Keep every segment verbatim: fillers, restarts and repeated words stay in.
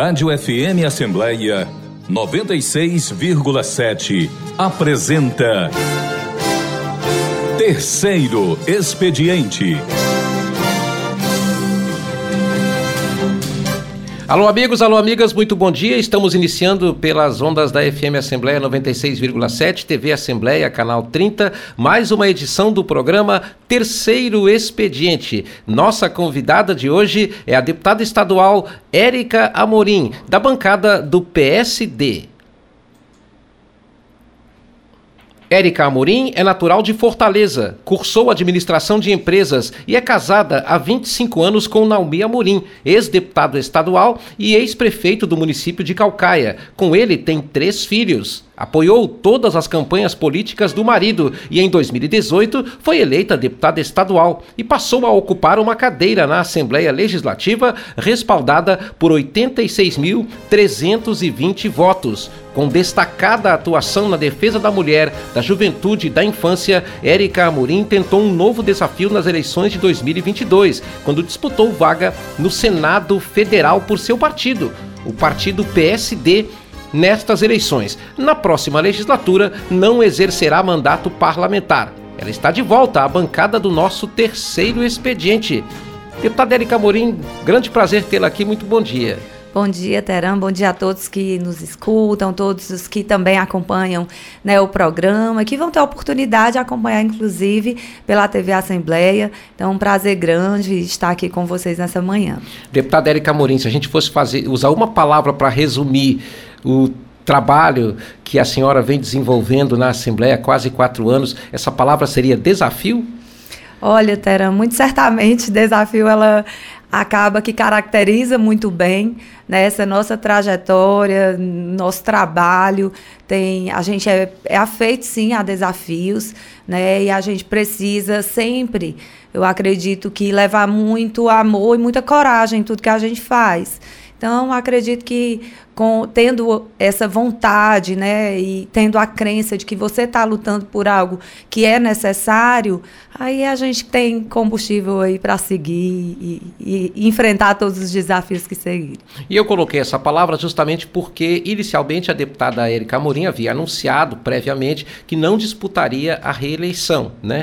Rádio F M Assembleia noventa e seis vírgula sete apresenta Terceiro Expediente. Alô amigos, alô amigas, muito bom dia. Estamos iniciando pelas ondas da F M Assembleia noventa e seis vírgula sete, T V Assembleia, canal trinta, mais uma edição do programa Terceiro Expediente. Nossa convidada de hoje é a deputada estadual Érica Amorim, da bancada do P S D. Érica Amorim é natural de Fortaleza, cursou administração de empresas e é casada há vinte e cinco anos com Naomi Amorim, ex-deputado estadual e ex-prefeito do município de Caucaia. Com ele tem três filhos. Apoiou todas as campanhas políticas do marido e em dois mil e dezoito foi eleita deputada estadual e passou a ocupar uma cadeira na Assembleia Legislativa respaldada por oitenta e seis mil trezentos e vinte votos. Com destacada atuação na defesa da mulher, da juventude e da infância, Érica Amorim tentou um novo desafio nas eleições de dois mil e vinte e dois, quando disputou vaga no Senado Federal por seu partido, o partido P S D. Nestas eleições, na próxima legislatura, não exercerá mandato parlamentar. Ela está de volta à bancada do nosso terceiro expediente. Deputada Érica Amorim, grande prazer tê-la aqui, muito bom dia. Bom dia, Teran, bom dia a todos que nos escutam, todos os que também acompanham, né, o programa, que vão ter a oportunidade de acompanhar, inclusive, pela T V Assembleia. Então, um prazer grande estar aqui com vocês nessa manhã. Deputada Érica Amorim, se a gente fosse fazer, usar uma palavra para resumir o trabalho que a senhora vem desenvolvendo na Assembleia há quase quatro anos, essa palavra seria desafio? Olha, Teran, muito certamente desafio ela acaba que caracteriza muito bem, né, essa nossa trajetória, nosso trabalho. Tem, a gente é, é afeito, sim, a desafios, né, e a gente precisa sempre, eu acredito que levar muito amor e muita coragem em tudo que a gente faz. Então, acredito que com, tendo essa vontade, né, e tendo a crença de que você está lutando por algo que é necessário, aí a gente tem combustível aí para seguir e, e, e enfrentar todos os desafios que seguirem. E eu coloquei essa palavra justamente porque, inicialmente, a deputada Érica Amorim havia anunciado previamente que não disputaria a reeleição, né?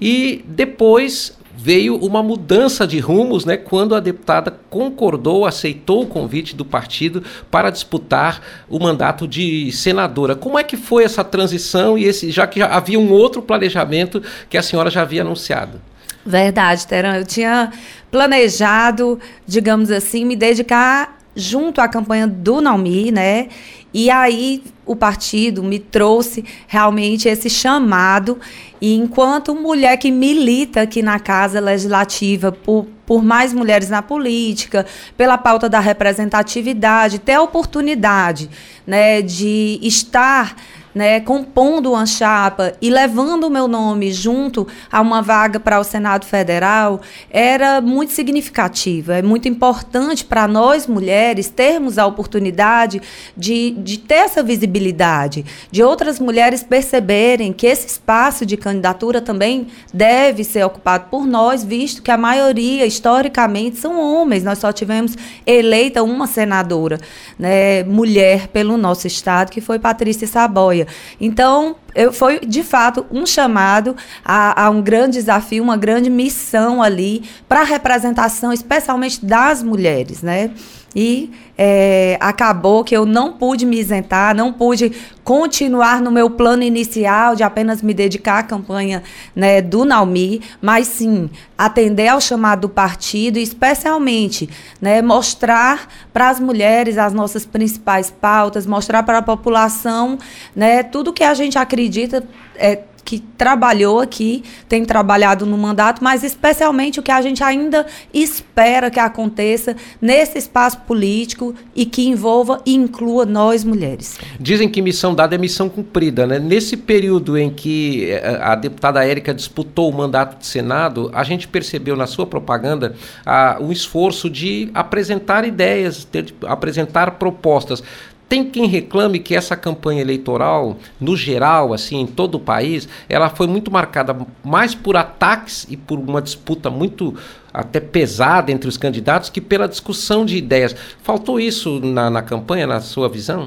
E depois veio uma mudança de rumos, né, quando a deputada concordou, aceitou o convite do partido para disputar o mandato de senadora. Como é que foi essa transição, e esse, já que já havia um outro planejamento que a senhora já havia anunciado? Verdade, Teran. Eu tinha planejado, digamos assim, me dedicar junto à campanha do Naomi, né? E aí o partido me trouxe realmente esse chamado, e enquanto mulher que milita aqui na Casa Legislativa por, por mais mulheres na política, pela pauta da representatividade, ter a oportunidade, né, de estar, né, compondo uma chapa e levando o meu nome junto a uma vaga para o Senado Federal, era muito significativa. É muito importante para nós, mulheres, termos a oportunidade de, de ter essa visibilidade, de outras mulheres perceberem que esse espaço de candidatura também deve ser ocupado por nós, visto que a maioria, historicamente, são homens. Nós só tivemos eleita uma senadora, né, mulher pelo nosso estado, que foi Patrícia Saboia. Então, eu, foi, de fato, um chamado a, a um grande desafio, uma grande missão ali para a representação, especialmente das mulheres, né? E é, acabou que eu não pude me isentar, não pude continuar no meu plano inicial de apenas me dedicar à campanha, né, do Naomi, mas sim atender ao chamado do partido e especialmente, né, mostrar para as mulheres as nossas principais pautas, mostrar para a população, né, tudo que a gente acredita é, que trabalhou aqui, tem trabalhado no mandato, mas especialmente o que a gente ainda espera que aconteça nesse espaço político e que envolva e inclua nós, mulheres. Dizem que missão dada é missão cumprida, né? Nesse período em que a deputada Érica disputou o mandato de Senado, a gente percebeu na sua propaganda ah, um esforço de apresentar ideias, de apresentar propostas. Tem quem reclame que essa campanha eleitoral, no geral, assim, em todo o país, ela foi muito marcada mais por ataques e por uma disputa muito até pesada entre os candidatos que pela discussão de ideias. Faltou isso na, na campanha, na sua visão?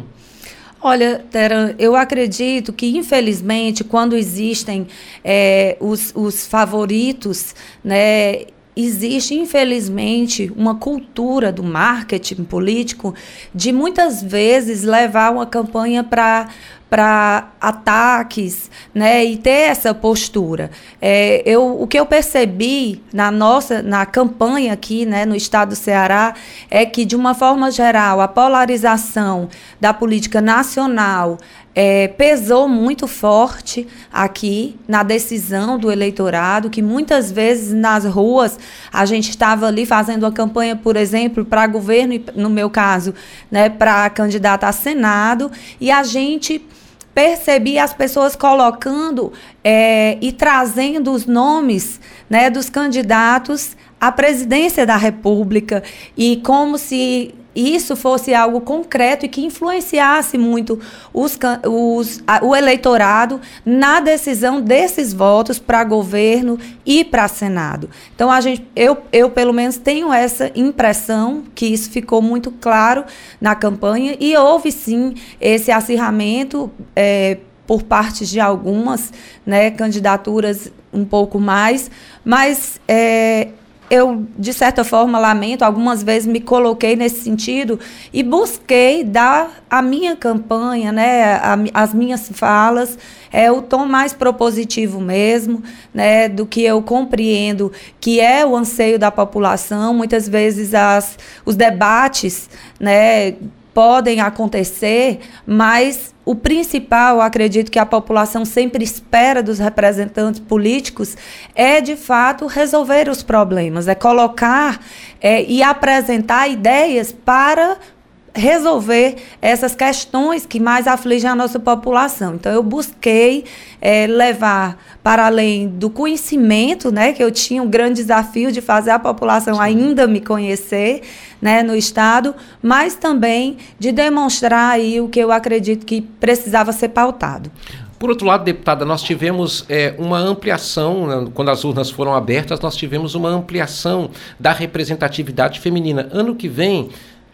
Olha, Teran, eu acredito que, infelizmente, quando existem é, os, os favoritos, né, existe, infelizmente, uma cultura do marketing político de, muitas vezes, levar uma campanha para para ataques, né, e ter essa postura. É, eu, o que eu percebi na nossa, na campanha aqui, né, no estado do Ceará, é que, de uma forma geral, a polarização da política nacional É, pesou muito forte aqui na decisão do eleitorado, que muitas vezes nas ruas a gente estava ali fazendo uma campanha, por exemplo, para governo, e no meu caso, né, para candidata a Senado, e a gente percebia as pessoas colocando é, e trazendo os nomes, né, dos candidatos à presidência da República, e como se isso fosse algo concreto e que influenciasse muito os, os, a, o eleitorado na decisão desses votos para governo e para Senado. Então, a gente, eu, eu, pelo menos, tenho essa impressão que isso ficou muito claro na campanha, e houve, sim, esse acirramento é, por parte de algumas, né, candidaturas um pouco mais, mas é, eu, de certa forma, lamento, algumas vezes me coloquei nesse sentido e busquei dar a minha campanha, né, a, as minhas falas, é, o tom mais propositivo mesmo, né, do que eu compreendo que é o anseio da população. Muitas vezes as, os debates, né, podem acontecer, mas o principal, eu acredito que a população sempre espera dos representantes políticos, é, de fato, resolver os problemas, é colocar é, e apresentar ideias para resolver essas questões que mais afligem a nossa população. Então, eu busquei é, levar para além do conhecimento, né, que eu tinha um grande desafio de fazer a população Sim. ainda me conhecer, né, no Estado, mas também de demonstrar aí o que eu acredito que precisava ser pautado. Por outro lado, deputada, nós tivemos é, uma ampliação, né, quando as urnas foram abertas, nós tivemos uma ampliação da representatividade feminina. Ano que vem,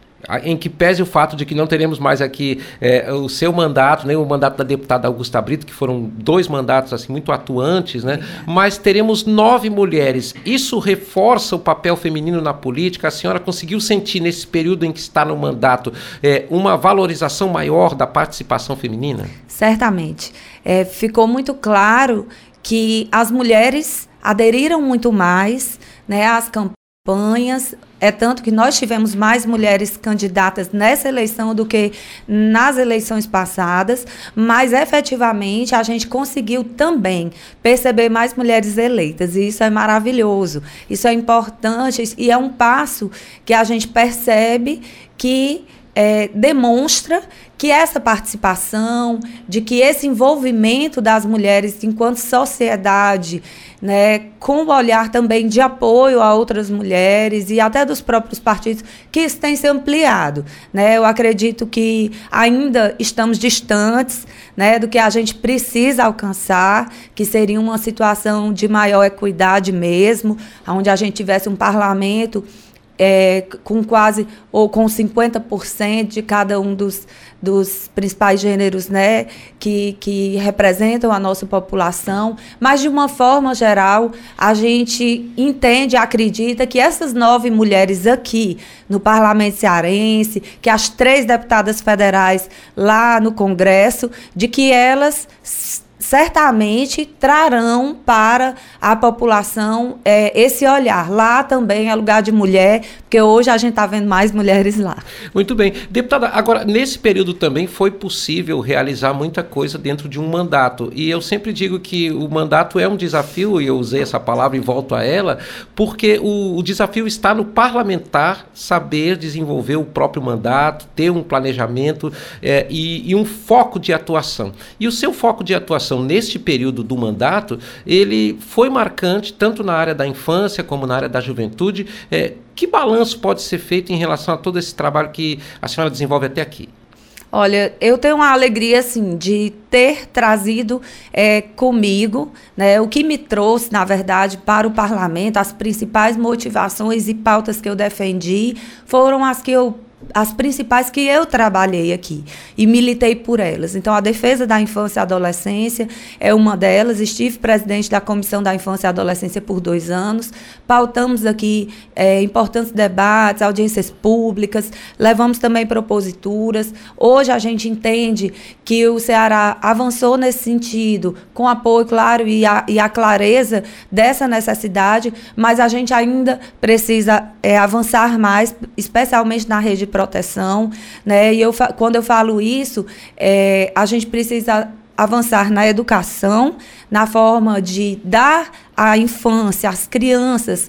em que pese o fato de que não teremos mais aqui é, o seu mandato, nem o mandato da deputada Augusta Brito, que foram dois mandatos assim, muito atuantes, né? Mas teremos nove mulheres. Isso reforça o papel feminino na política? A senhora conseguiu sentir, nesse período em que está no mandato, é, uma valorização maior da participação feminina? Certamente. É, ficou muito claro que as mulheres aderiram muito mais, né, às campanhas. É tanto que nós tivemos mais mulheres candidatas nessa eleição do que nas eleições passadas, mas efetivamente a gente conseguiu também perceber mais mulheres eleitas, e isso é maravilhoso, isso é importante, e é um passo que a gente percebe que é, demonstra que essa participação, de que esse envolvimento das mulheres enquanto sociedade, né, com o olhar também de apoio a outras mulheres e até dos próprios partidos, que isso tem se ampliado, né? Eu acredito que ainda estamos distantes, né, do que a gente precisa alcançar, que seria uma situação de maior equidade mesmo, onde a gente tivesse um parlamento É, com quase ou com cinquenta por cento de cada um dos, dos principais gêneros, né, que, que representam a nossa população, mas de uma forma geral a gente entende, acredita que essas nove mulheres aqui no Parlamento Cearense, que as três deputadas federais lá no Congresso, de que elas certamente trarão para a população é, esse olhar. Lá também é lugar de mulher, porque hoje a gente está vendo mais mulheres lá. Muito bem. Deputada, agora, nesse período também foi possível realizar muita coisa dentro de um mandato. E eu sempre digo que o mandato é um desafio, e eu usei essa palavra e volto a ela, porque o, o desafio está no parlamentar saber desenvolver o próprio mandato, ter um planejamento é, e, e um foco de atuação. E o seu foco de atuação neste período do mandato, ele foi marcante tanto na área da infância como na área da juventude. É, que balanço pode ser feito em relação a todo esse trabalho que a senhora desenvolve até aqui? Olha, eu tenho uma alegria, assim, de ter trazido é, comigo, né, o que me trouxe, na verdade, para o parlamento, as principais motivações e pautas que eu defendi foram as que eu as principais que eu trabalhei aqui e militei por elas. Então, a defesa da infância e adolescência é uma delas. Estive presidente da Comissão da Infância e Adolescência por dois anos. Pautamos aqui é, importantes debates, audiências públicas, levamos também proposituras. Hoje a gente entende que o Ceará avançou nesse sentido, com apoio, claro, e a, e a clareza dessa necessidade, mas a gente ainda precisa é, avançar mais, especialmente na rede de proteção, né? E eu, quando eu falo isso, é, a gente precisa avançar na educação, na forma de dar à infância, às crianças,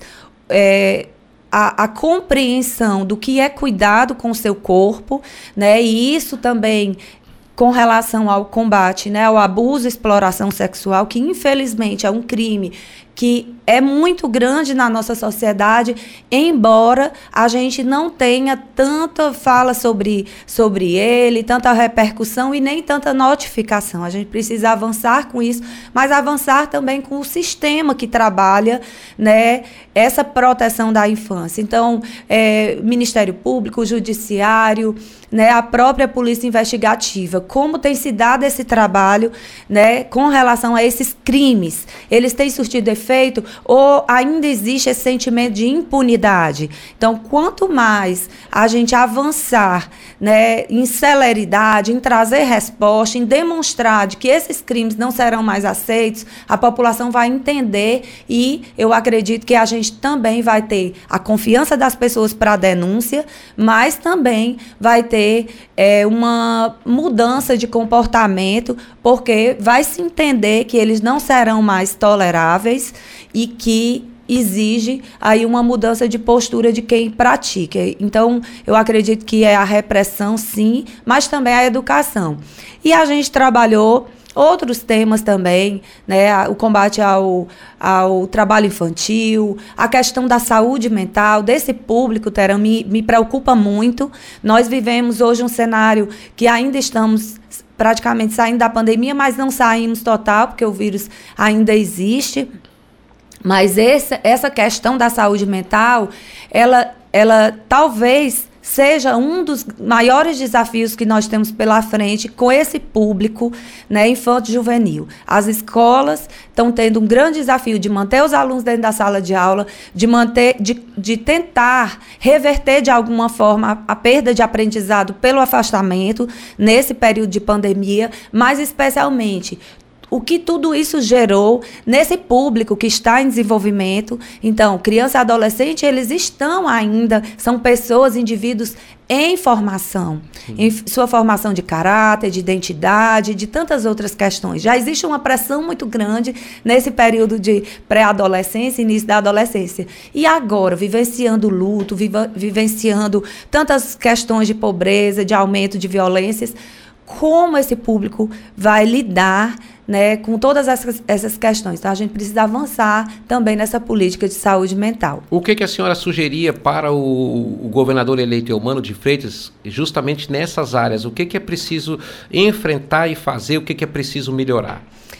é, a, a compreensão do que é cuidado com o seu corpo, né? E isso também com relação ao combate, né, ao abuso e exploração sexual, que infelizmente é um crime que é muito grande na nossa sociedade, embora a gente não tenha tanta fala sobre, sobre ele, tanta repercussão e nem tanta notificação. A gente precisa avançar com isso, mas avançar também com o sistema que trabalha, né, essa proteção da infância. Então, é, Ministério Público, o Judiciário, né, a própria Polícia Investigativa, como tem se dado esse trabalho, né, com relação a esses crimes? Eles têm surtido efeito ou ainda existe esse sentimento de impunidade? Então, quanto mais a gente avançar, né, em celeridade, em trazer resposta, em demonstrar de que esses crimes não serão mais aceitos, a população vai entender e eu acredito que a gente também vai ter a confiança das pessoas para a denúncia, mas também vai ter é, uma mudança de comportamento, porque vai se entender que eles não serão mais toleráveis e que exige aí uma mudança de postura de quem pratica. Então, eu acredito que é a repressão, sim, mas também a educação. E a gente trabalhou outros temas também, né, o combate ao, ao trabalho infantil, a questão da saúde mental desse público, Tera, me, me preocupa muito. Nós vivemos hoje um cenário que ainda estamos praticamente saindo da pandemia, mas não saímos total, porque o vírus ainda existe. Mas essa, essa questão da saúde mental, ela, ela talvez seja um dos maiores desafios que nós temos pela frente com esse público, né, infanto-juvenil. As escolas estão tendo um grande desafio de manter os alunos dentro da sala de aula, de, manter, de, de tentar reverter de alguma forma a, a perda de aprendizado pelo afastamento nesse período de pandemia, mas especialmente o que tudo isso gerou nesse público que está em desenvolvimento. Então, criança e adolescente, eles estão ainda, são pessoas, indivíduos em formação, Sim. em sua formação de caráter, de identidade, de tantas outras questões. Já existe uma pressão muito grande nesse período de pré-adolescência, início da adolescência. E agora, vivenciando luto, viva, vivenciando tantas questões de pobreza, de aumento de violências, como esse público vai lidar, né, com todas essas, essas questões? Então, a gente precisa avançar também nessa política de saúde mental. O que, que a senhora sugeria para o, o governador eleito Eumano de Freitas, justamente nessas áreas? O que, que é preciso enfrentar e fazer? O que, que é preciso melhorar?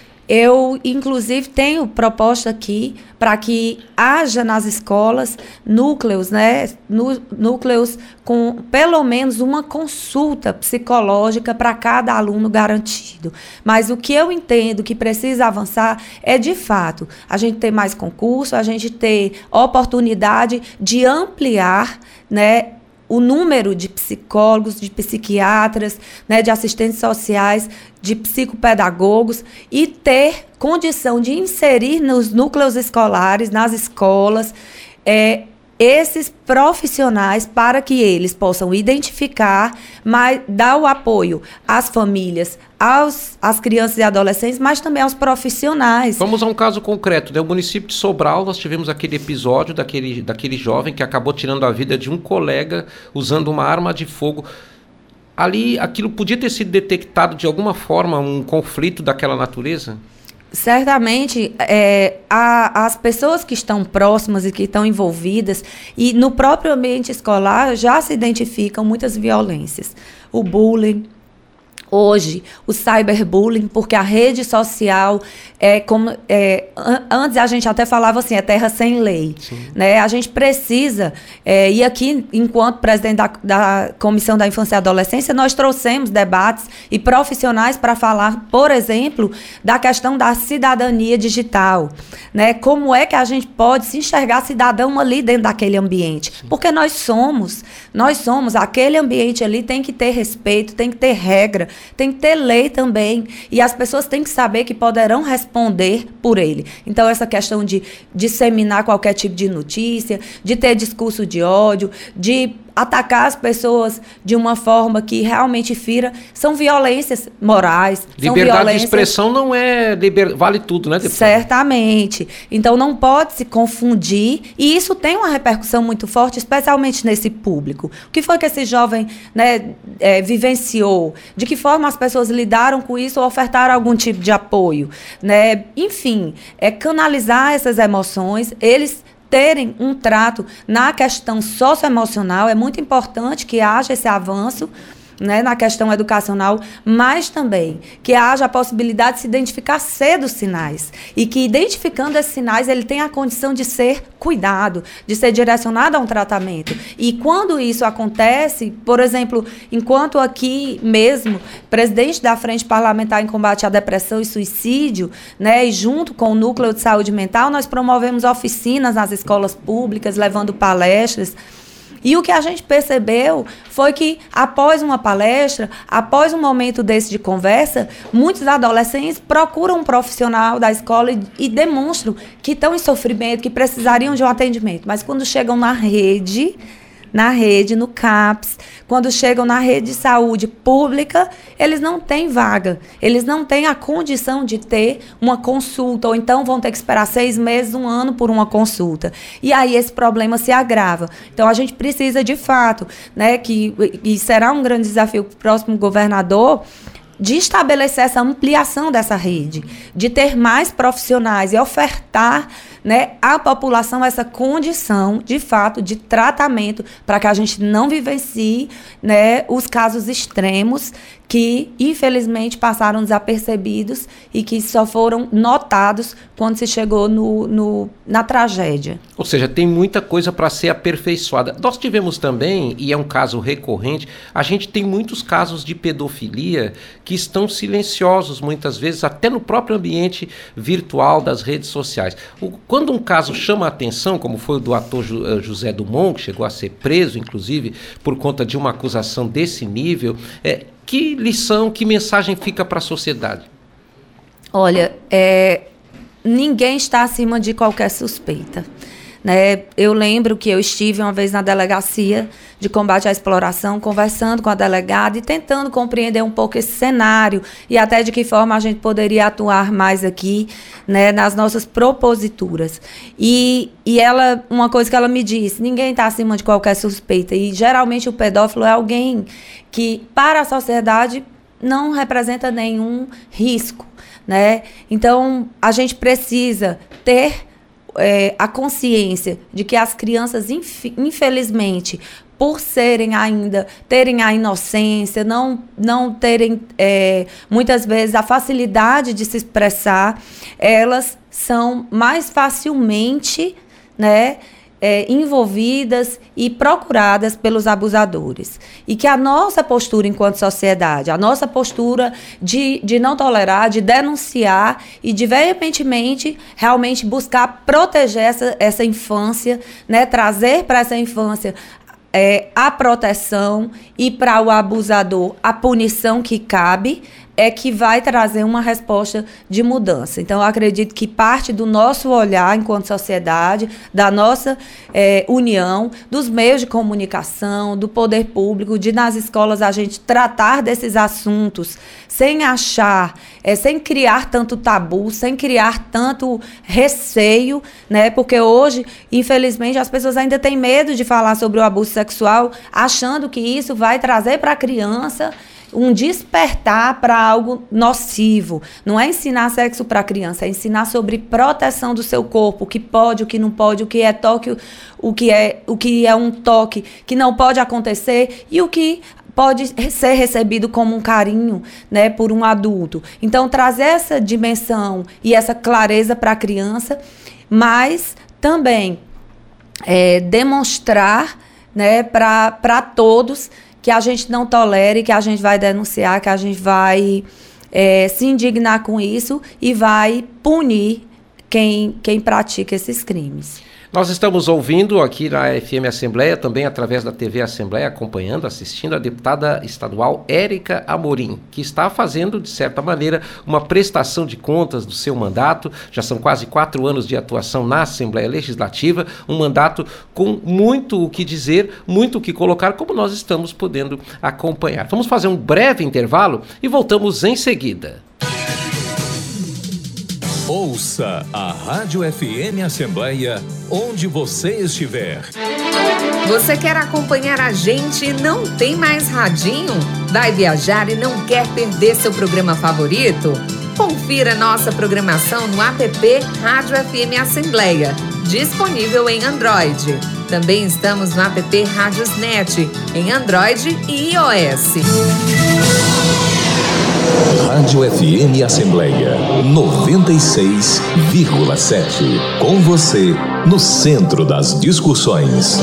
Eu, inclusive, tenho proposta aqui para que haja nas escolas núcleos, né, nú- núcleos com pelo menos uma consulta psicológica para cada aluno garantido. Mas o que eu entendo que precisa avançar é, de fato, a gente ter mais concurso, a gente ter oportunidade de ampliar, né, o número de psicólogos, de psiquiatras, né, de assistentes sociais, de psicopedagogos e ter condição de inserir nos núcleos escolares, nas escolas, é, esses profissionais para que eles possam identificar, mas dar o apoio às famílias, aos, às crianças e adolescentes, mas também aos profissionais. Vamos a um caso concreto, né? O município de Sobral, nós tivemos aquele episódio daquele, daquele jovem que acabou tirando a vida de um colega usando uma arma de fogo. Ali, aquilo podia ter sido detectado de alguma forma, um conflito daquela natureza? Certamente, é, a, as pessoas que estão próximas e que estão envolvidas, e no próprio ambiente escolar já se identificam muitas violências. O bullying, hoje o cyberbullying, porque a rede social é como é, an- antes a gente até falava assim, é terra sem lei, né? A gente precisa é, e aqui, enquanto presidente da, da Comissão da Infância e Adolescência, nós trouxemos debates e profissionais para falar, por exemplo, da questão da cidadania digital, né? Como é que a gente pode se enxergar cidadão ali dentro daquele ambiente? Porque nós somos, nós somos, aquele ambiente ali tem que ter respeito, tem que ter regra, tem que ter lei também, e as pessoas têm que saber que poderão responder por ele. Então, essa questão de disseminar qualquer tipo de notícia, de ter discurso de ódio, de atacar as pessoas de uma forma que realmente fira, são violências morais. Liberdade são violências... de expressão não é... Liber... Vale tudo, né, deputada? Certamente. Então, não pode se confundir, e isso tem uma repercussão muito forte, especialmente nesse público. O que foi que esse jovem, né, é, vivenciou? De que forma as pessoas lidaram com isso ou ofertaram algum tipo de apoio? Né? Enfim, é canalizar essas emoções, eles terem um trato na questão socioemocional. É muito importante que haja esse avanço, né, na questão educacional, mas também que haja a possibilidade de se identificar cedo os sinais, e que, identificando esses sinais, ele tenha a condição de ser cuidado, de ser direcionado a um tratamento. E quando isso acontece, por exemplo, enquanto aqui mesmo, presidente da Frente Parlamentar em Combate à Depressão e Suicídio, né, e junto com o Núcleo de Saúde Mental, nós promovemos oficinas nas escolas públicas, levando palestras. E o que a gente percebeu foi que, após uma palestra, após um momento desse de conversa, muitos adolescentes procuram um profissional da escola e, e demonstram que estão em sofrimento, que precisariam de um atendimento. Mas quando chegam na rede, na rede, no CAPS, quando chegam na rede de saúde pública, eles não têm vaga, eles não têm a condição de ter uma consulta, ou então vão ter que esperar seis meses, um ano por uma consulta. E aí esse problema se agrava. Então, a gente precisa, de fato, né, que, e será um grande desafio para o próximo governador, de estabelecer essa ampliação dessa rede, de ter mais profissionais e ofertar, né, à população essa condição, de fato, de tratamento, para que a gente não vivencie, né, os casos extremos que, infelizmente, passaram desapercebidos e que só foram notados quando se chegou no, no, na tragédia. Ou seja, tem muita coisa para ser aperfeiçoada. Nós tivemos também, e é um caso recorrente, a gente tem muitos casos de pedofilia que estão silenciosos, muitas vezes, até no próprio ambiente virtual das redes sociais. O, quando um caso chama a atenção, como foi o do ator Ju, José Dumont, que chegou a ser preso, inclusive, por conta de uma acusação desse nível, é, que lição, que mensagem fica para a sociedade? Olha, é, ninguém está acima de qualquer suspeita, né? Eu lembro que eu estive uma vez na delegacia de combate à exploração, conversando com a delegada e tentando compreender um pouco esse cenário e até de que forma a gente poderia atuar mais aqui, né, nas nossas proposituras. E, e ela, uma coisa que ela me disse, ninguém está acima de qualquer suspeita, e geralmente o pedófilo é alguém que, para a sociedade, não representa nenhum risco, né? Então, a gente precisa ter é, a consciência de que as crianças, inf- infelizmente, por serem ainda, terem a inocência, não, não terem, é, muitas vezes, a facilidade de se expressar, elas são mais facilmente, né, É, envolvidas e procuradas pelos abusadores. E que a nossa postura enquanto sociedade, a nossa postura de, de não tolerar, de denunciar e de veementemente realmente buscar proteger essa, essa infância, né, trazer para essa infância é, a proteção e para o abusador a punição que cabe, é que vai trazer uma resposta de mudança. Então, eu acredito que parte do nosso olhar enquanto sociedade, da nossa é, união, dos meios de comunicação, do poder público, de nas escolas a gente tratar desses assuntos sem achar, é, sem criar tanto tabu, sem criar tanto receio, né? Porque hoje, infelizmente, as pessoas ainda têm medo de falar sobre o abuso sexual, achando que isso vai trazer para a criança um despertar para algo nocivo. Não é ensinar sexo para a criança, é ensinar sobre proteção do seu corpo, o que pode, o que não pode, o que é toque, o que é, o que é um toque que não pode acontecer e o que pode ser recebido como um carinho, né, por um adulto. Então, trazer essa dimensão e essa clareza para a criança, mas também é, demonstrar, né, para todos que a gente não tolere, que a gente vai denunciar, que a gente vai é, se indignar com isso e vai punir quem, quem pratica esses crimes. Nós estamos ouvindo aqui na F M Assembleia, também através da T V Assembleia, acompanhando, assistindo a deputada estadual Érica Amorim, que está fazendo, de certa maneira, uma prestação de contas do seu mandato. Já são quase quatro anos de atuação na Assembleia Legislativa, um mandato com muito o que dizer, muito o que colocar, como nós estamos podendo acompanhar. Vamos fazer um breve intervalo e voltamos em seguida. Ouça a Rádio F M Assembleia onde você estiver. Você quer acompanhar a gente e não tem mais radinho? Vai viajar e não quer perder seu programa favorito? Confira nossa programação no app Rádio F M Assembleia, disponível em Android. Também estamos no app Rádiosnet, em Android e iOS. Rádio F M Assembleia noventa e seis vírgula sete. Com você, no centro das discussões.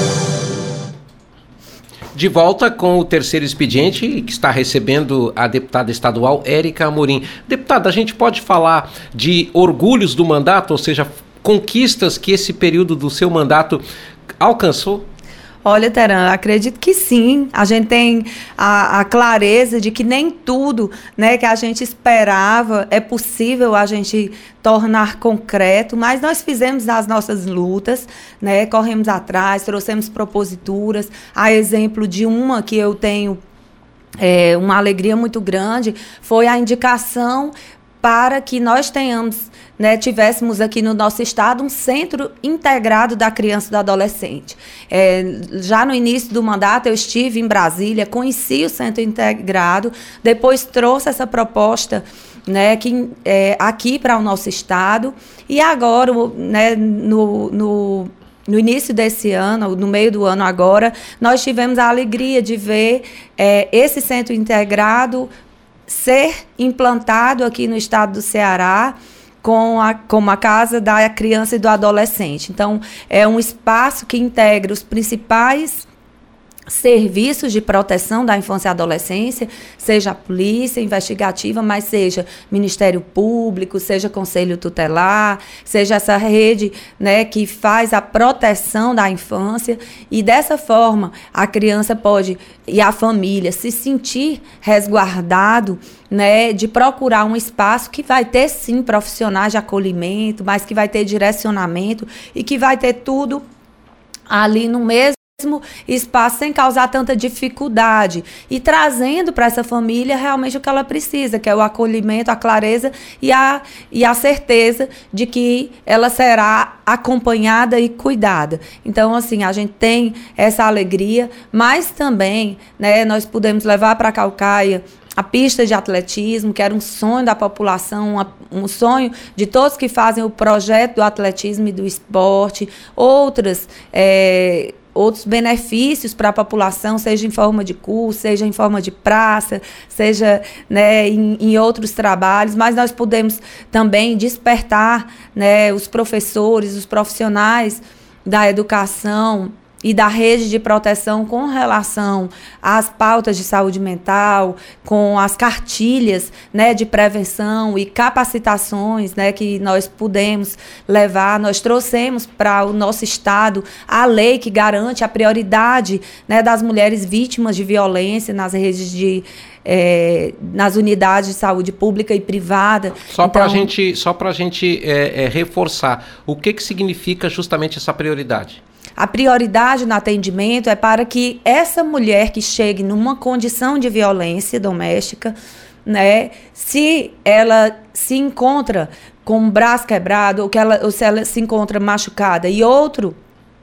De volta com o terceiro expediente, que está recebendo a deputada estadual Érica Amorim. Deputada, a gente pode falar de orgulhos do mandato, ou seja, conquistas que esse período do seu mandato alcançou? Olha, Teran, acredito que sim. A gente tem a, a clareza de que nem tudo, né, que a gente esperava é possível a gente tornar concreto, mas nós fizemos as nossas lutas, né, corremos atrás, trouxemos proposituras, a exemplo de uma que eu tenho é, uma alegria muito grande, foi a indicação para que nós tenhamos, né, tivéssemos aqui no nosso estado um centro integrado da criança e do adolescente. É, já no início do mandato eu estive em Brasília, conheci o centro integrado, depois trouxe essa proposta, né, que, é, aqui para o nosso estado, e agora, né, no, no, no início desse ano, no meio do ano agora, nós tivemos a alegria de ver é, esse centro integrado ser implantado aqui no estado do Ceará, com a, como a Casa da Criança e do Adolescente. Então, é um espaço que integra os principais serviços de proteção da infância e adolescência, seja a polícia investigativa, mas seja Ministério Público, seja Conselho Tutelar, seja essa rede, né, que faz a proteção da infância, e dessa forma a criança pode, e a família, se sentir resguardado, né, de procurar um espaço que vai ter sim profissionais de acolhimento, mas que vai ter direcionamento e que vai ter tudo ali no mesmo espaço, sem causar tanta dificuldade, e trazendo para essa família realmente o que ela precisa, que é o acolhimento, a clareza e a, e a certeza de que ela será acompanhada e cuidada. Então, assim, a gente tem essa alegria, mas também, né, nós podemos levar para a Caucaia a pista de atletismo, que era um sonho da população, um sonho de todos que fazem o projeto do atletismo e do esporte, outras é, outros benefícios para a população, seja em forma de curso, seja em forma de praça, seja, né, em, em outros trabalhos, mas nós podemos também despertar, né, os professores, os profissionais da educação e da rede de proteção com relação às pautas de saúde mental, com as cartilhas, né, de prevenção e capacitações, né, que nós pudemos levar. Nós trouxemos para o nosso estado a lei que garante a prioridade, né, das mulheres vítimas de violência nas redes de É, nas unidades de saúde pública e privada. Só então, para gente, só para a gente é, é, reforçar, o que, que significa justamente essa prioridade? A prioridade no atendimento é para que essa mulher que chegue numa condição de violência doméstica, né, se ela se encontra com o braço quebrado, ou, que ela, ou se ela se encontra machucada e outro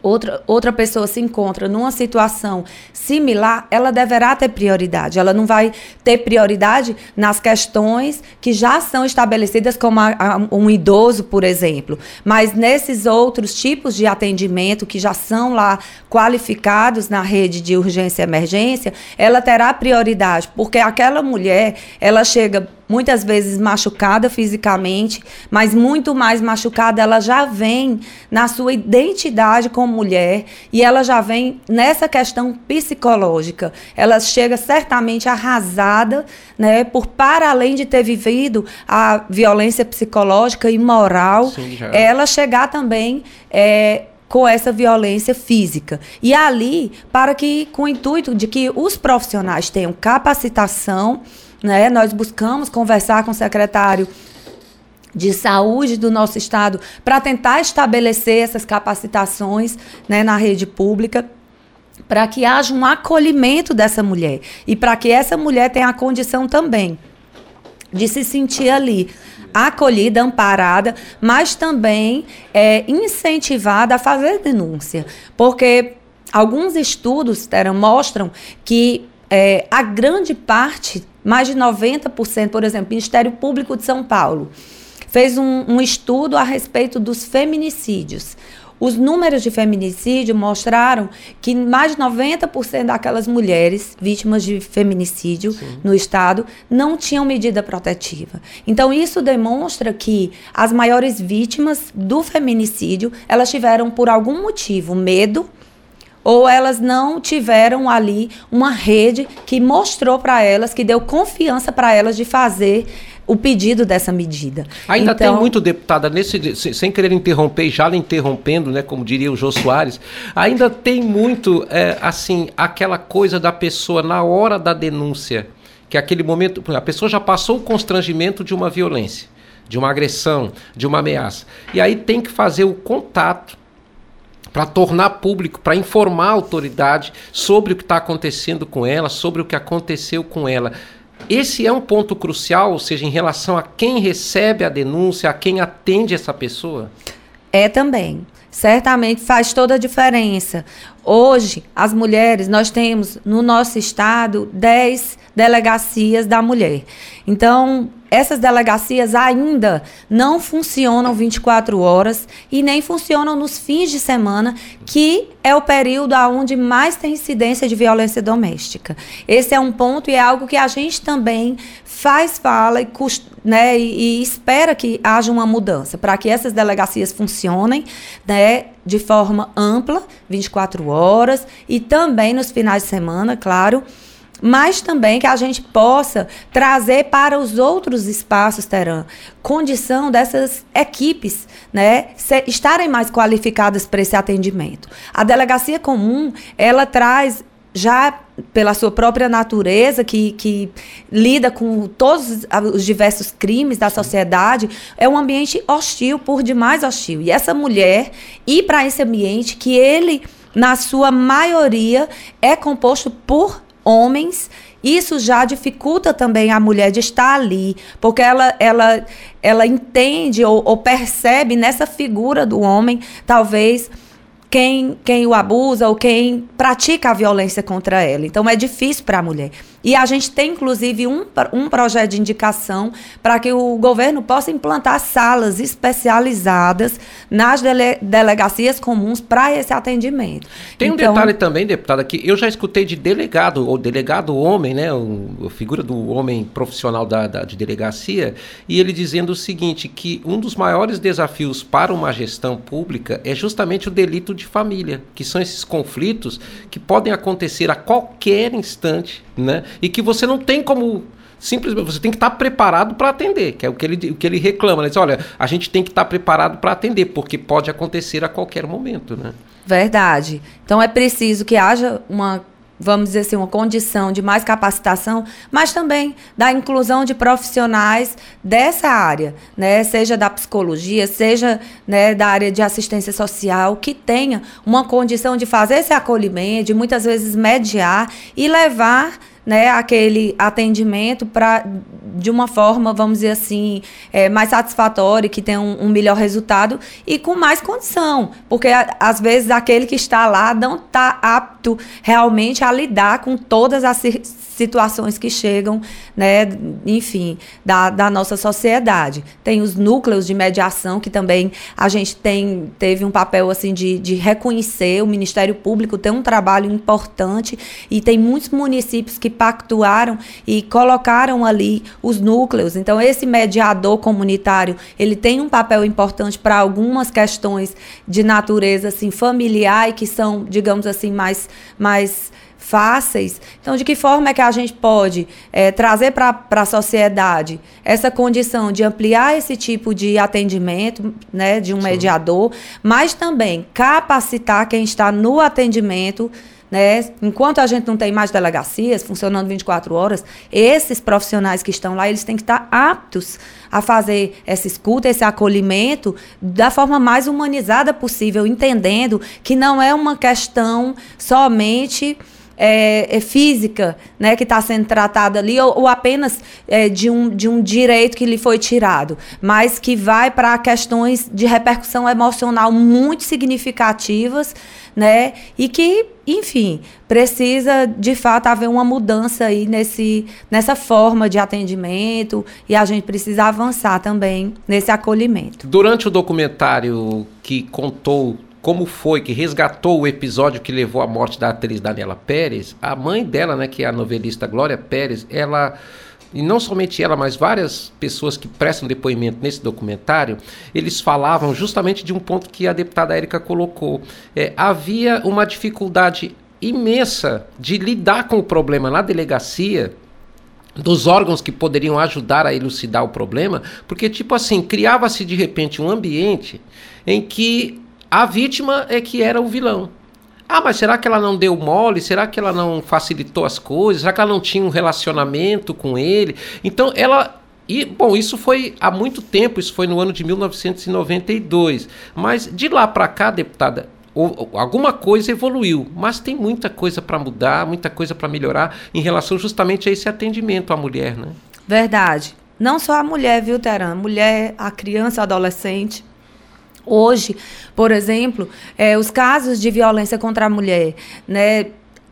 outra, outra pessoa se encontra numa situação similar, ela deverá ter prioridade. Ela não vai ter prioridade nas questões que já são estabelecidas, como a, a, um idoso, por exemplo. Mas nesses outros tipos de atendimento que já são lá qualificados na rede de urgência e emergência, ela terá prioridade, porque aquela mulher, ela chega muitas vezes machucada fisicamente, mas muito mais machucada, ela já vem na sua identidade como mulher e ela já vem nessa questão psicológica. Ela chega certamente arrasada, né, por para além de ter vivido a violência psicológica e moral, Sim, ela chegar também é, com essa violência física. E ali, para que, com o intuito de que os profissionais tenham capacitação, né, nós buscamos conversar com o secretário de saúde do nosso estado para tentar estabelecer essas capacitações, né, na rede pública, para que haja um acolhimento dessa mulher e para que essa mulher tenha a condição também de se sentir ali acolhida, amparada, mas também é, incentivada a fazer denúncia. Porque alguns estudos Tera, mostram que é, a grande parte, mais de noventa por cento, por exemplo, o Ministério Público de São Paulo fez um, um estudo a respeito dos feminicídios. Os números de feminicídio mostraram que mais de noventa por cento daquelas mulheres vítimas de feminicídio Sim. no estado não tinham medida protetiva. Então, isso demonstra que as maiores vítimas do feminicídio, elas tiveram, por algum motivo, medo, ou elas não tiveram ali uma rede que mostrou para elas, que deu confiança para elas de fazer o pedido dessa medida. Ainda então, tem muito, deputada, nesse, sem querer interromper, já lhe interrompendo, né, como diria o Jô Soares, ainda tem muito, é, assim, aquela coisa da pessoa na hora da denúncia, que é aquele momento, a pessoa já passou o constrangimento de uma violência, de uma agressão, de uma ameaça, e aí tem que fazer o contato para tornar público, para informar a autoridade sobre o que está acontecendo com ela, sobre o que aconteceu com ela. Esse é um ponto crucial, ou seja, em relação a quem recebe a denúncia, a quem atende essa pessoa? É também. Certamente faz toda a diferença. Hoje, as mulheres, nós temos no nosso estado dez delegacias da mulher. Então, essas delegacias ainda não funcionam vinte e quatro horas e nem funcionam nos fins de semana, que é o período onde mais tem incidência de violência doméstica. Esse é um ponto e é algo que a gente também faz fala e, né, e, e espera que haja uma mudança para que essas delegacias funcionem, né, de forma ampla, vinte e quatro horas, e também nos finais de semana, claro, mas também que a gente possa trazer para os outros espaços, Teran, condição dessas equipes, né, se, estarem mais qualificadas para esse atendimento. A delegacia comum, ela traz, já pela sua própria natureza, que, que lida com todos os diversos crimes da sociedade, é um ambiente hostil, por demais hostil. E essa mulher ir para esse ambiente, que ele, na sua maioria, é composto por homens, isso já dificulta também a mulher de estar ali, porque ela, ela, ela entende ou, ou percebe nessa figura do homem, talvez, quem, quem o abusa ou quem pratica a violência contra ela. Então, é difícil para a mulher. E a gente tem, inclusive, um, um projeto de indicação para que o governo possa implantar salas especializadas nas dele, delegacias comuns para esse atendimento. Tem então, um detalhe também, deputada, que eu já escutei de delegado, ou delegado homem, né, o, a figura do homem profissional da, da, de delegacia, e ele dizendo o seguinte, que um dos maiores desafios para uma gestão pública é justamente o delito de família, que são esses conflitos que podem acontecer a qualquer instante, né? E que você não tem como simplesmente, você tem que estar preparado para atender, que é o que ele, o que ele reclama, né? Diz, olha, a gente tem que estar preparado para atender, porque pode acontecer a qualquer momento, né? Verdade. Então é preciso que haja uma, vamos dizer assim, uma condição de mais capacitação, mas também da inclusão de profissionais dessa área, né? Seja da psicologia, seja, né, da área de assistência social, que tenha uma condição de fazer esse acolhimento, de muitas vezes mediar e levar, né, aquele atendimento pra, de uma forma, vamos dizer assim, é, mais satisfatória, que tenha um, um melhor resultado e com mais condição, porque a, às vezes aquele que está lá não está apto realmente a lidar com todas as situações que chegam, né, enfim, da, da nossa sociedade. Tem os núcleos de mediação, que também a gente tem, teve um papel assim, de, de reconhecer, o Ministério Público tem um trabalho importante e tem muitos municípios que pactuaram e colocaram ali os núcleos. Então, esse mediador comunitário, ele tem um papel importante para algumas questões de natureza assim, familiar e que são, digamos assim, mais, mais fáceis. Então, de que forma é que a gente pode é, trazer para a sociedade essa condição de ampliar esse tipo de atendimento, né, de um Sim. mediador, mas também capacitar quem está no atendimento, né? Enquanto a gente não tem mais delegacias funcionando vinte e quatro horas, esses profissionais que estão lá, eles têm que estar aptos a fazer essa escuta, esse acolhimento da forma mais humanizada possível, entendendo que não é uma questão somente É, é física, né, que está sendo tratada ali, ou, ou apenas é, de, um, de um direito que lhe foi tirado, mas que vai para questões de repercussão emocional muito significativas, né, e que, enfim, precisa de fato haver uma mudança aí nesse, nessa forma de atendimento, e a gente precisa avançar também nesse acolhimento. Durante o documentário que contou como foi, que resgatou o episódio que levou à morte da atriz Daniela Pérez, a mãe dela, né, que é a novelista Glória Pérez, ela, e não somente ela, mas várias pessoas que prestam depoimento nesse documentário, eles falavam justamente de um ponto que a deputada Érica colocou. É, havia uma dificuldade imensa de lidar com o problema na delegacia, dos órgãos que poderiam ajudar a elucidar o problema, porque, tipo assim, criava-se de repente um ambiente em que a vítima é que era o vilão. Ah, mas será que ela não deu mole? Será que ela não facilitou as coisas? Será que ela não tinha um relacionamento com ele? Então ela... E, bom, isso foi há muito tempo, isso foi no ano de mil novecentos e noventa e dois. Mas de lá para cá, deputada, ou, ou, alguma coisa evoluiu, mas tem muita coisa para mudar, muita coisa para melhorar em relação justamente a esse atendimento à mulher, né? Verdade. Não só a mulher, viu, Teran? A mulher, a criança, a adolescente. Hoje, por exemplo, é, os casos de violência contra a mulher, né,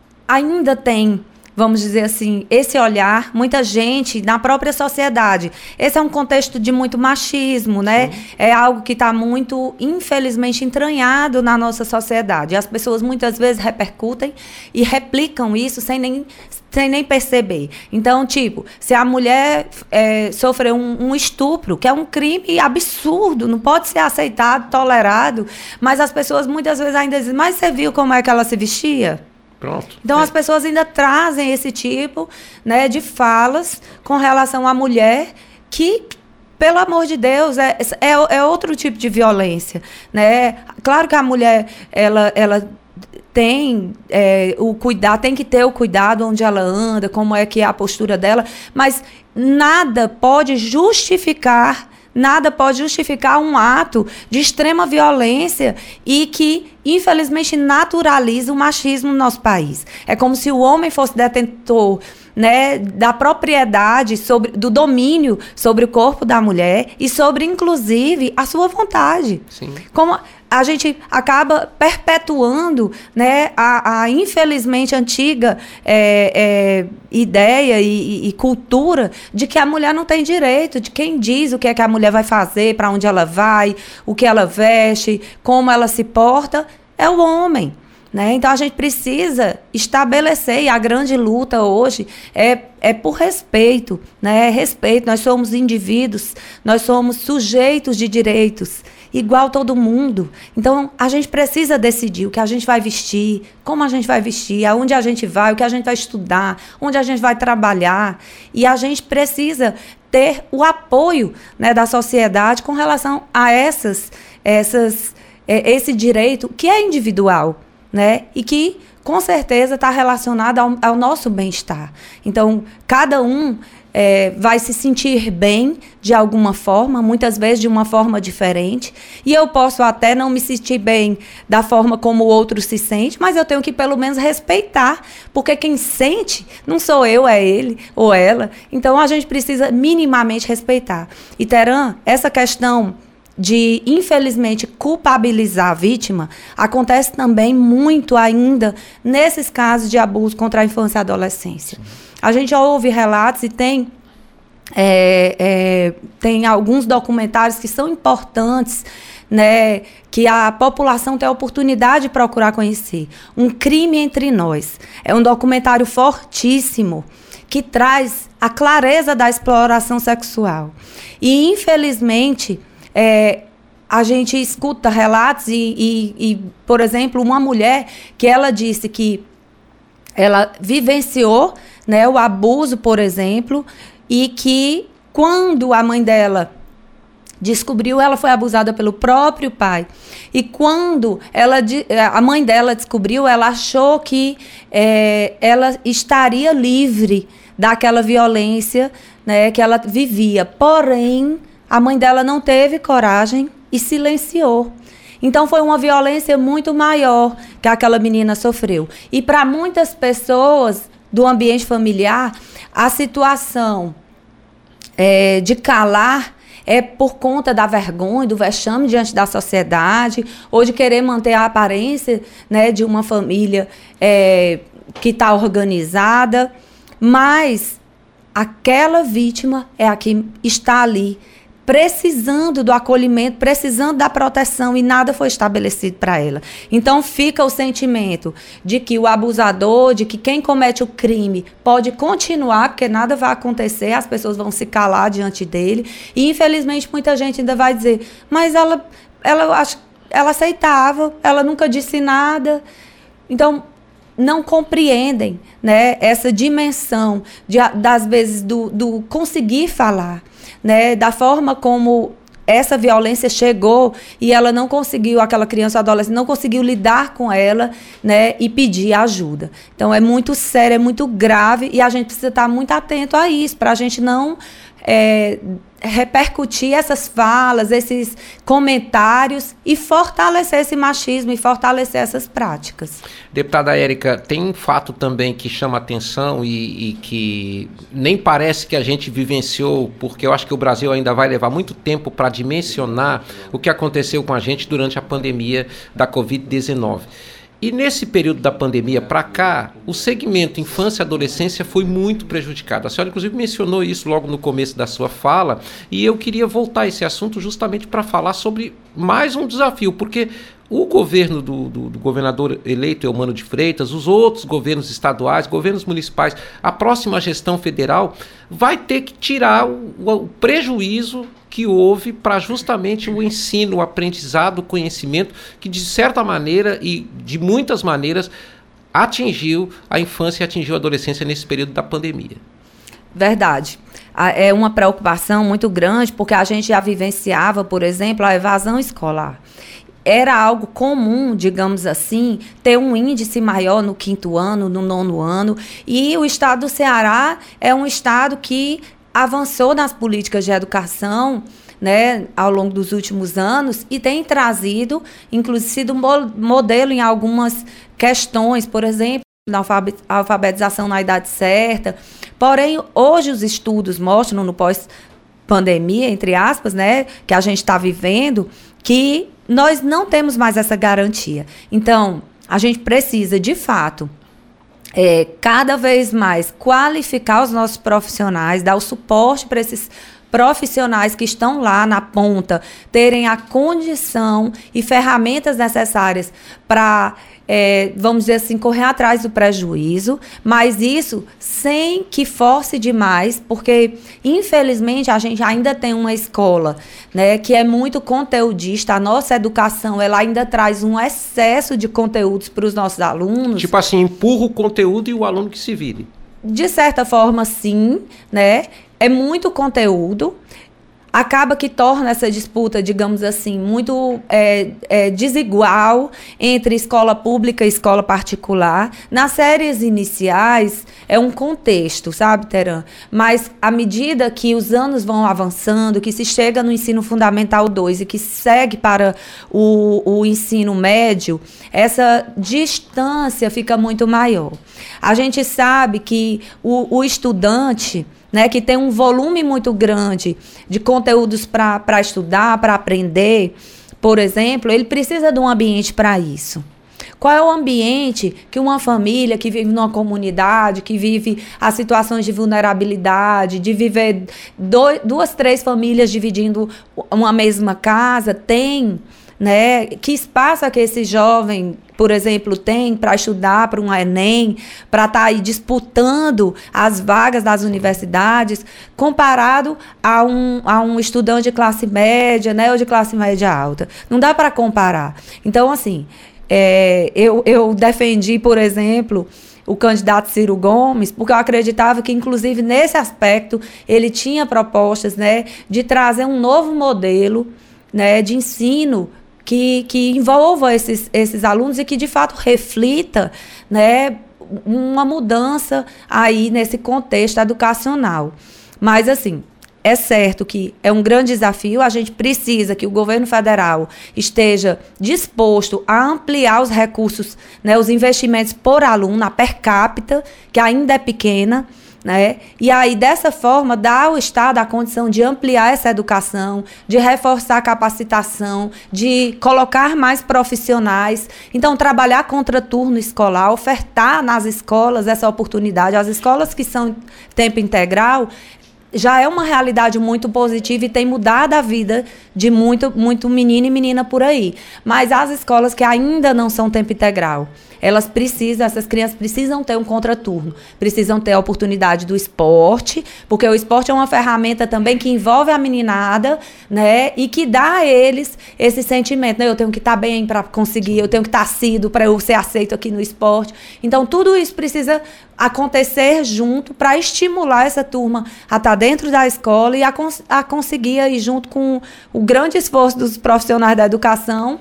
ainda tem, vamos dizer assim, esse olhar, muita gente na própria sociedade. Esse é um contexto de muito machismo, né? Sim. É algo que está muito, infelizmente, entranhado na nossa sociedade. As pessoas muitas vezes repercutem e replicam isso sem nem... sem nem perceber. Então, tipo, se a mulher é, sofreu um, um estupro, que é um crime absurdo, não pode ser aceitado, tolerado, mas as pessoas muitas vezes ainda dizem, mas você viu como é que ela se vestia? Pronto. Então, é. as pessoas ainda trazem esse tipo, né, de falas com relação à mulher que... Pelo amor de Deus, é, é, é outro tipo de violência, né? Claro que a mulher, ela... ela tem é, o cuidado, tem que ter o cuidado onde ela anda, como é que é a postura dela, mas nada pode justificar, nada pode justificar um ato de extrema violência e que, infelizmente, naturaliza o machismo no nosso país. É como se o homem fosse detentor, né, da propriedade, sobre, do domínio sobre o corpo da mulher e sobre, inclusive, a sua vontade. Sim. Como a gente acaba perpetuando, né, a, a infelizmente antiga é, é, ideia e, e, e cultura de que a mulher não tem direito, de quem diz o que é que a mulher vai fazer, para onde ela vai, o que ela veste, como ela se porta, é o homem. Né? Então, a gente precisa estabelecer, e a grande luta hoje é, é por respeito, né? Respeito, nós somos indivíduos, nós somos sujeitos de direitos, igual todo mundo. Então, a gente precisa decidir o que a gente vai vestir, como a gente vai vestir, aonde a gente vai, o que a gente vai estudar, onde a gente vai trabalhar. E a gente precisa ter o apoio, né, da sociedade com relação a essas, essas, é, esse direito que é individual. né? E que, com certeza, está relacionada ao, ao nosso bem-estar. Então, cada um é, vai se sentir bem de alguma forma, muitas vezes de uma forma diferente. E eu posso até não me sentir bem da forma como o outro se sente, mas eu tenho que, pelo menos, respeitar. Porque quem sente não sou eu, é ele ou ela. Então, a gente precisa minimamente respeitar. E, Teran, essa questão de, infelizmente, culpabilizar a vítima, acontece também muito ainda nesses casos de abuso contra a infância e a adolescência. A gente já ouve relatos e tem, é, é, tem alguns documentários que são importantes, né, que a população tem a oportunidade de procurar conhecer. Um Crime Entre Nós. É um documentário fortíssimo que traz a clareza da exploração sexual. E, infelizmente, É, a gente escuta relatos e, e, e, por exemplo, uma mulher que ela disse que ela vivenciou, né, o abuso, por exemplo, e que quando a mãe dela descobriu, ela foi abusada pelo próprio pai. E quando ela, a mãe dela descobriu, ela achou que é, ela estaria livre daquela violência, né, que ela vivia. Porém, a mãe dela não teve coragem e silenciou. Então, foi uma violência muito maior que aquela menina sofreu. E para muitas pessoas do ambiente familiar, a situação é, de calar é por conta da vergonha, do vexame diante da sociedade, ou de querer manter a aparência, né, de uma família é, que está organizada. Mas aquela vítima é a que está ali, precisando do acolhimento, precisando da proteção, e nada foi estabelecido para ela. Então fica o sentimento de que o abusador, de que quem comete o crime pode continuar, porque nada vai acontecer, as pessoas vão se calar diante dele, e infelizmente muita gente ainda vai dizer, mas ela, ela, acho, ela aceitava, ela nunca disse nada. Então, não compreendem, né, essa dimensão, de, das vezes, do, do conseguir falar, né, da forma como essa violência chegou e ela não conseguiu, aquela criança ou adolescente não conseguiu lidar com ela, né, e pedir ajuda. Então, é muito sério, é muito grave, e a gente precisa estar muito atento a isso, para a gente não é, repercutir essas falas, esses comentários, e fortalecer esse machismo e fortalecer essas práticas. Deputada Érica, tem um fato também que chama atenção e, e que nem parece que a gente vivenciou, porque eu acho que o Brasil ainda vai levar muito tempo para dimensionar o que aconteceu com a gente durante a pandemia da covid dezenove. E nesse período da pandemia para cá, o segmento infância e adolescência foi muito prejudicado. A senhora, inclusive, mencionou isso logo no começo da sua fala, e eu queria voltar a esse assunto justamente para falar sobre mais um desafio, porque o governo do, do, do governador eleito Eumano de Freitas, os outros governos estaduais, governos municipais, a próxima gestão federal vai ter que tirar o, o prejuízo que houve para justamente o ensino, o aprendizado, o conhecimento, que de certa maneira e de muitas maneiras atingiu a infância e atingiu a adolescência nesse período da pandemia. Verdade. É uma preocupação muito grande, porque a gente já vivenciava, por exemplo, a evasão escolar. Era algo comum, digamos assim, ter um índice maior no quinto ano, no nono ano, e o estado do Ceará é um estado que avançou nas políticas de educação, né, ao longo dos últimos anos, e tem trazido, inclusive, sido modelo em algumas questões, por exemplo, na alfabetização na idade certa. Porém, hoje os estudos mostram, no pós-pandemia, entre aspas, né, que a gente está vivendo, que nós não temos mais essa garantia. Então, a gente precisa, de fato, é, cada vez mais qualificar os nossos profissionais, dar o suporte para esses profissionais que estão lá na ponta, terem a condição e ferramentas necessárias para, é, vamos dizer assim, correr atrás do prejuízo, mas isso sem que force demais, porque, infelizmente, a gente ainda tem uma escola, né, que é muito conteudista. A nossa educação, ela ainda traz um excesso de conteúdos para os nossos alunos. Tipo assim, empurra o conteúdo e o aluno que se vire. De certa forma, sim, né? É muito conteúdo. acaba que torna essa disputa, digamos assim, muito é, é, desigual entre escola pública e escola particular. Nas séries iniciais, é um contexto, sabe, Teran? Mas, à medida que os anos vão avançando, que se chega no ensino fundamental dois e que segue para o, o ensino médio, essa distância fica muito maior. A gente sabe que o, o estudante, né, que tem um volume muito grande de conteúdos para estudar, para aprender, por exemplo, ele precisa de um ambiente para isso. Qual é o ambiente que uma família que vive numa comunidade, que vive as situações de vulnerabilidade, de viver dois, duas, três famílias dividindo uma mesma casa, tem, né? Que espaço é que esse jovem, por exemplo, tem para estudar para um Enem, para estar tá aí disputando as vagas das universidades, comparado a um, a um estudante de classe média, né, ou de classe média alta. Não dá para comparar. Então, assim, é, eu, eu defendi, por exemplo, o candidato Ciro Gomes, porque eu acreditava que, inclusive, nesse aspecto, ele tinha propostas, né, de trazer um novo modelo, né, de ensino que, que envolva esses, esses alunos e que, de fato, reflita, né, uma mudança aí nesse contexto educacional. Mas, assim, é certo que é um grande desafio, a gente precisa que o governo federal esteja disposto a ampliar os recursos, né, os investimentos por aluno, a per capita, que ainda é pequena, né? E aí, dessa forma, dá ao Estado a condição de ampliar essa educação, de reforçar a capacitação, de colocar mais profissionais. Então, trabalhar contra turno escolar, ofertar nas escolas essa oportunidade. As escolas que são tempo integral já é uma realidade muito positiva e tem mudado a vida de muito, muito menino e menina por aí. Mas as escolas que ainda não são tempo integral, elas precisam, essas crianças precisam ter um contraturno, precisam ter a oportunidade do esporte, porque o esporte é uma ferramenta também que envolve a meninada, né, e que dá a eles esse sentimento, né, eu tenho que estar bem para conseguir, eu tenho que estar assíduo para eu ser aceito aqui no esporte. Então, tudo isso precisa acontecer junto para estimular essa turma a estar dentro da escola e a, cons- a conseguir, aí, junto com o grande esforço dos profissionais da educação,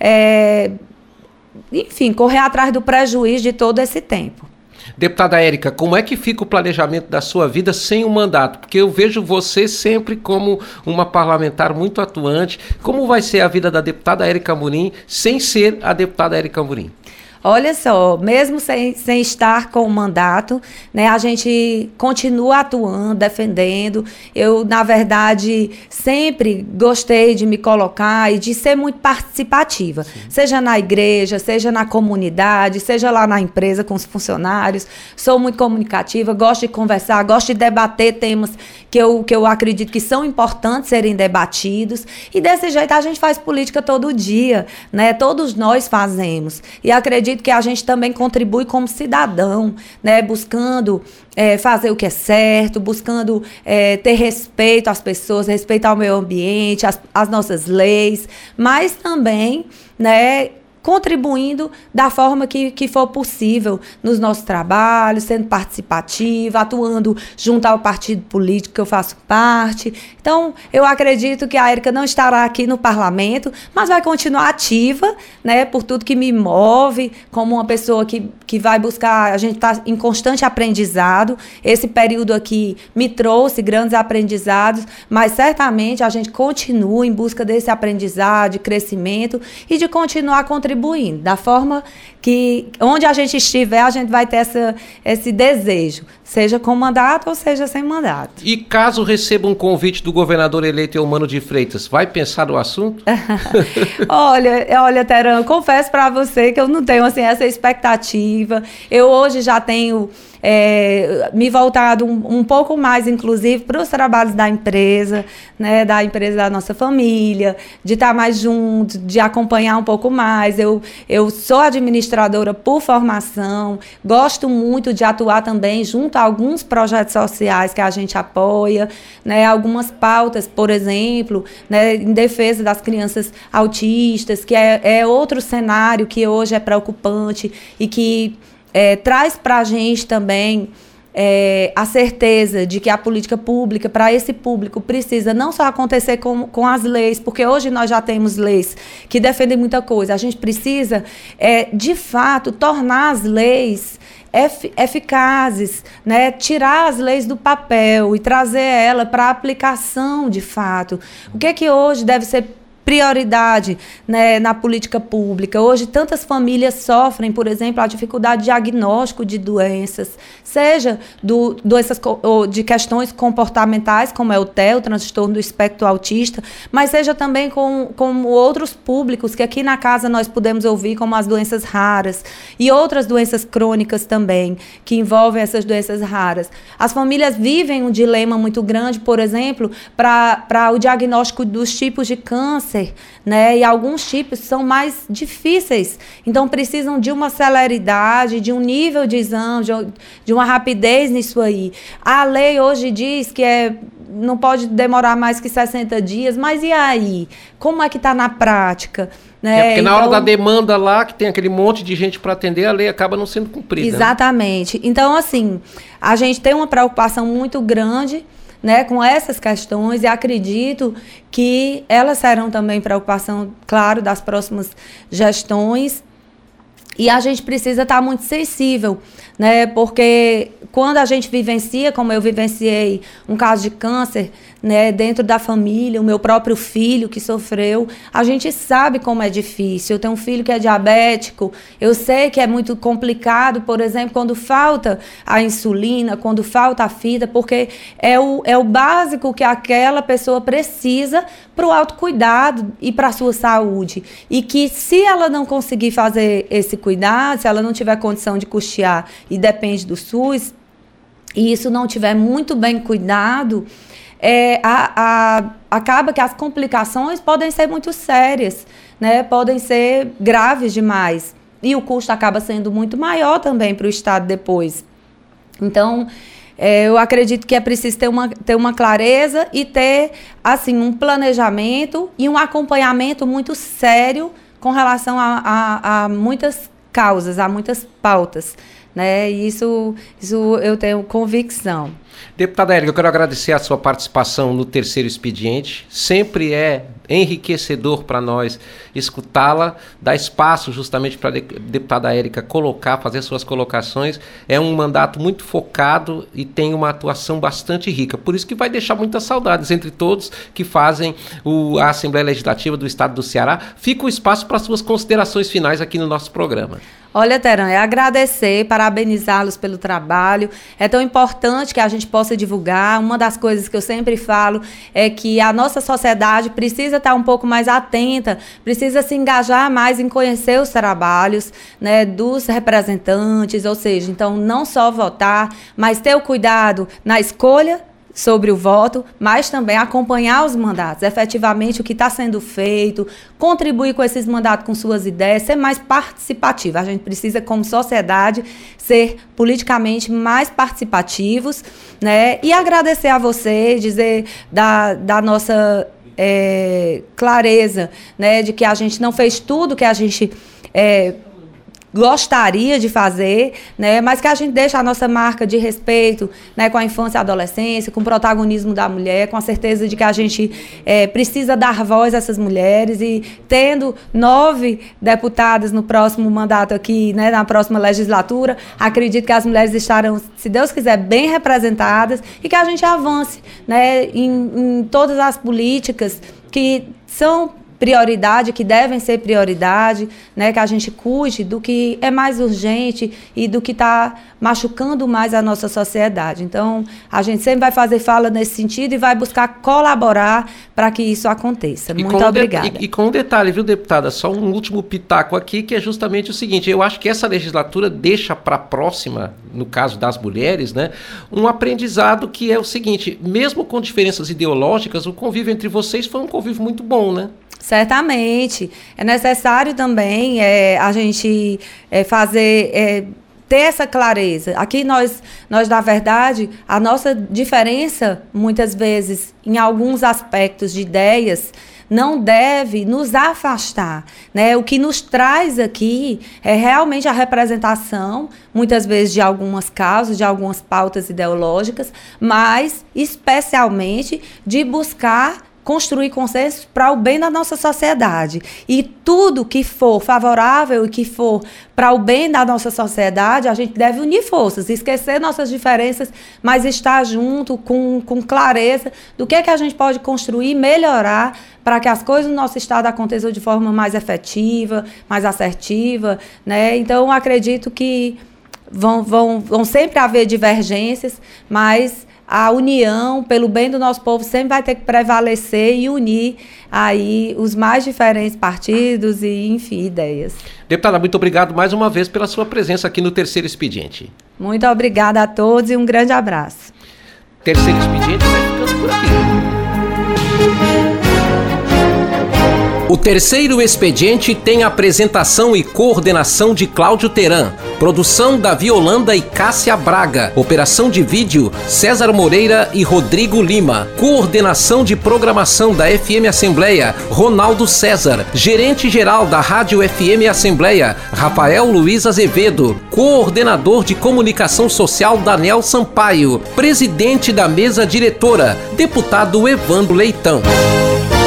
é, enfim, correr atrás do prejuízo de todo esse tempo. Deputada Érica, como é que fica o planejamento da sua vida sem o mandato? Porque eu vejo você sempre como uma parlamentar muito atuante. Como vai ser a vida da deputada Érica Amorim sem ser a deputada Érica Amorim? Olha só, mesmo sem, sem estar com o mandato, né, a gente continua atuando, defendendo. Eu, na verdade, sempre gostei de me colocar e de ser muito participativa. Sim. Seja na igreja, seja na comunidade, seja lá na empresa com os funcionários. Sou muito comunicativa, gosto de conversar, gosto de debater temas que eu, que eu acredito que são importantes serem debatidos. E desse jeito a gente faz política todo dia, né? Todos nós fazemos. E acredito que a gente também contribui como cidadão, né, buscando é, fazer o que é certo, buscando é, ter respeito às pessoas, respeito ao meio ambiente, às, às nossas leis, mas também, né, contribuindo da forma que, que for possível nos nossos trabalhos, sendo participativa, atuando junto ao partido político que eu faço parte. Então, eu acredito que a Érica não estará aqui no parlamento, mas vai continuar ativa, né, por tudo que me move, como uma pessoa que, que vai buscar, a gente está em constante aprendizado. Esse período aqui me trouxe grandes aprendizados, mas certamente a gente continua em busca desse aprendizado, de crescimento e de continuar contribuindo. Da forma que, onde a gente estiver, a gente vai ter essa, esse desejo, seja com mandato ou seja sem mandato. E caso receba um convite do governador eleito Eumano de Freitas, vai pensar no assunto? olha, olha, Teran, confesso para você que eu não tenho assim, essa expectativa. Eu hoje já tenho é, me voltado um, um pouco mais, inclusive, para os trabalhos da empresa, né, da empresa da nossa família, de estar mais junto, de acompanhar um pouco mais. Eu, eu sou administradora por formação, gosto muito de atuar também junto a alguns projetos sociais que a gente apoia, né, algumas pautas, por exemplo, né, em defesa das crianças autistas, que é, é outro cenário que hoje é preocupante e que é, traz para a gente também é, a certeza de que a política pública para esse público precisa não só acontecer com, com as leis, porque hoje nós já temos leis que defendem muita coisa. A gente precisa, é, de fato, tornar as leis eficazes, né? Tirar as leis do papel e trazer ela para a aplicação de fato. O que é que hoje deve ser prioridade, né, na política pública? Hoje, tantas famílias sofrem, por exemplo, a dificuldade de diagnóstico de doenças, seja do, doenças ou de questões comportamentais, como é o T E A, o transtorno do espectro autista, mas seja também com, com outros públicos que aqui na casa nós podemos ouvir, como as doenças raras e outras doenças crônicas também, que envolvem essas doenças raras. As famílias vivem um dilema muito grande, por exemplo, para o diagnóstico dos tipos de câncer, né? E alguns tipos são mais difíceis, então precisam de uma celeridade, de um nível de exame, de, de uma rapidez nisso aí. A lei hoje diz que é, não pode demorar mais que sessenta dias, mas e aí? Como é que está na prática? Né? É porque na então, hora da demanda lá, que tem aquele monte de gente para atender, a lei acaba não sendo cumprida. Exatamente. Né? Então, assim, a gente tem uma preocupação muito grande, né, com essas questões, e acredito que elas serão também preocupação, claro, das próximas gestões. E a gente precisa estar muito sensível, né? Porque quando a gente vivencia, como eu vivenciei, um caso de câncer, né, dentro da família, o meu próprio filho que sofreu, a gente sabe como é difícil. Eu tenho um filho que é diabético, eu sei que é muito complicado, por exemplo, quando falta a insulina, quando falta a fita, porque é o, é o básico que aquela pessoa precisa para o autocuidado e para a sua saúde. E que se ela não conseguir fazer esse cuidado, se ela não tiver condição de custear e depende do SUS, e isso não tiver muito bem cuidado, é, a, a, acaba que as complicações podem ser muito sérias, né? Podem ser graves demais. E o custo acaba sendo muito maior também para o Estado depois. Então, é, eu acredito que é preciso ter uma, ter uma clareza e ter, assim, um planejamento e um acompanhamento muito sério com relação a, a, a muitas causas, a muitas pautas, né? E isso, isso eu tenho convicção. Deputada Érica, eu quero agradecer a sua participação no Terceiro Expediente. Sempre é enriquecedor para nós escutá-la, dar espaço justamente para a deputada Érica colocar, fazer suas colocações. É um mandato muito focado e tem uma atuação bastante rica. Por isso que vai deixar muitas saudades entre todos que fazem o, a Assembleia Legislativa do Estado do Ceará. Fica o espaço para suas considerações finais aqui no nosso programa. Olha, Teran, é agradecer, parabenizá-los pelo trabalho. É tão importante que a gente possa divulgar. Uma das coisas que eu sempre falo é que a nossa sociedade precisa estar um pouco mais atenta, precisa se engajar mais em conhecer os trabalhos, né, dos representantes, ou seja, então não só votar, mas ter o cuidado na escolha sobre o voto, mas também acompanhar os mandatos, efetivamente o que está sendo feito, contribuir com esses mandatos com suas ideias, ser mais participativa. A gente precisa, como sociedade, ser politicamente mais participativos, né? E agradecer a você, dizer da, da nossa é, clareza, né, de que a gente não fez tudo que a gente é, gostaria de fazer, né, mas que a gente deixa a nossa marca de respeito, né, com a infância e a adolescência, com o protagonismo da mulher, com a certeza de que a gente é, precisa dar voz a essas mulheres, e tendo nove deputadas no próximo mandato aqui, né, na próxima legislatura, acredito que as mulheres estarão, se Deus quiser, bem representadas, e que a gente avance, né, em, em todas as políticas que são prioridade, que devem ser prioridade, né, que a gente cuide do que é mais urgente e do que está machucando mais a nossa sociedade. Então, a gente sempre vai fazer fala nesse sentido e vai buscar colaborar para que isso aconteça. E Muito obrigada. De, e, e com um detalhe, viu, deputada, só um último pitaco aqui, que é justamente o seguinte: eu acho que essa legislatura deixa para a próxima, no caso das mulheres, né, um aprendizado que é o seguinte: mesmo com diferenças ideológicas, o convívio entre vocês foi um convívio muito bom, né? Certamente. É necessário também é, a gente é, fazer... É, ter essa clareza. Aqui nós, nós, na verdade, a nossa diferença, muitas vezes, em alguns aspectos de ideias, não deve nos afastar, né? O que nos traz aqui é realmente a representação, muitas vezes de algumas causas, de algumas pautas ideológicas, mas especialmente de buscar construir consensos para o bem da nossa sociedade. E tudo que for favorável e que for para o bem da nossa sociedade, a gente deve unir forças, esquecer nossas diferenças, mas estar junto com, com clareza do que é que a gente pode construir e melhorar para que as coisas no nosso estado aconteçam de forma mais efetiva, mais assertiva, né? Então, acredito que vão, vão, vão sempre haver divergências, mas a união, pelo bem do nosso povo, sempre vai ter que prevalecer e unir aí os mais diferentes partidos e, enfim, ideias. Deputada, muito obrigado mais uma vez pela sua presença aqui no Terceiro Expediente. Muito obrigada a todos e um grande abraço. Terceiro Expediente vai ficando por aqui. O Terceiro Expediente tem apresentação e coordenação de Cláudio Teran, produção Davi Holanda e Cássia Braga, operação de vídeo César Moreira e Rodrigo Lima, coordenação de programação da F M Assembleia Ronaldo César, gerente-geral da Rádio F M Assembleia Rafael Luiz Azevedo, coordenador de comunicação social Daniel Sampaio, presidente da mesa diretora deputado Evandro Leitão.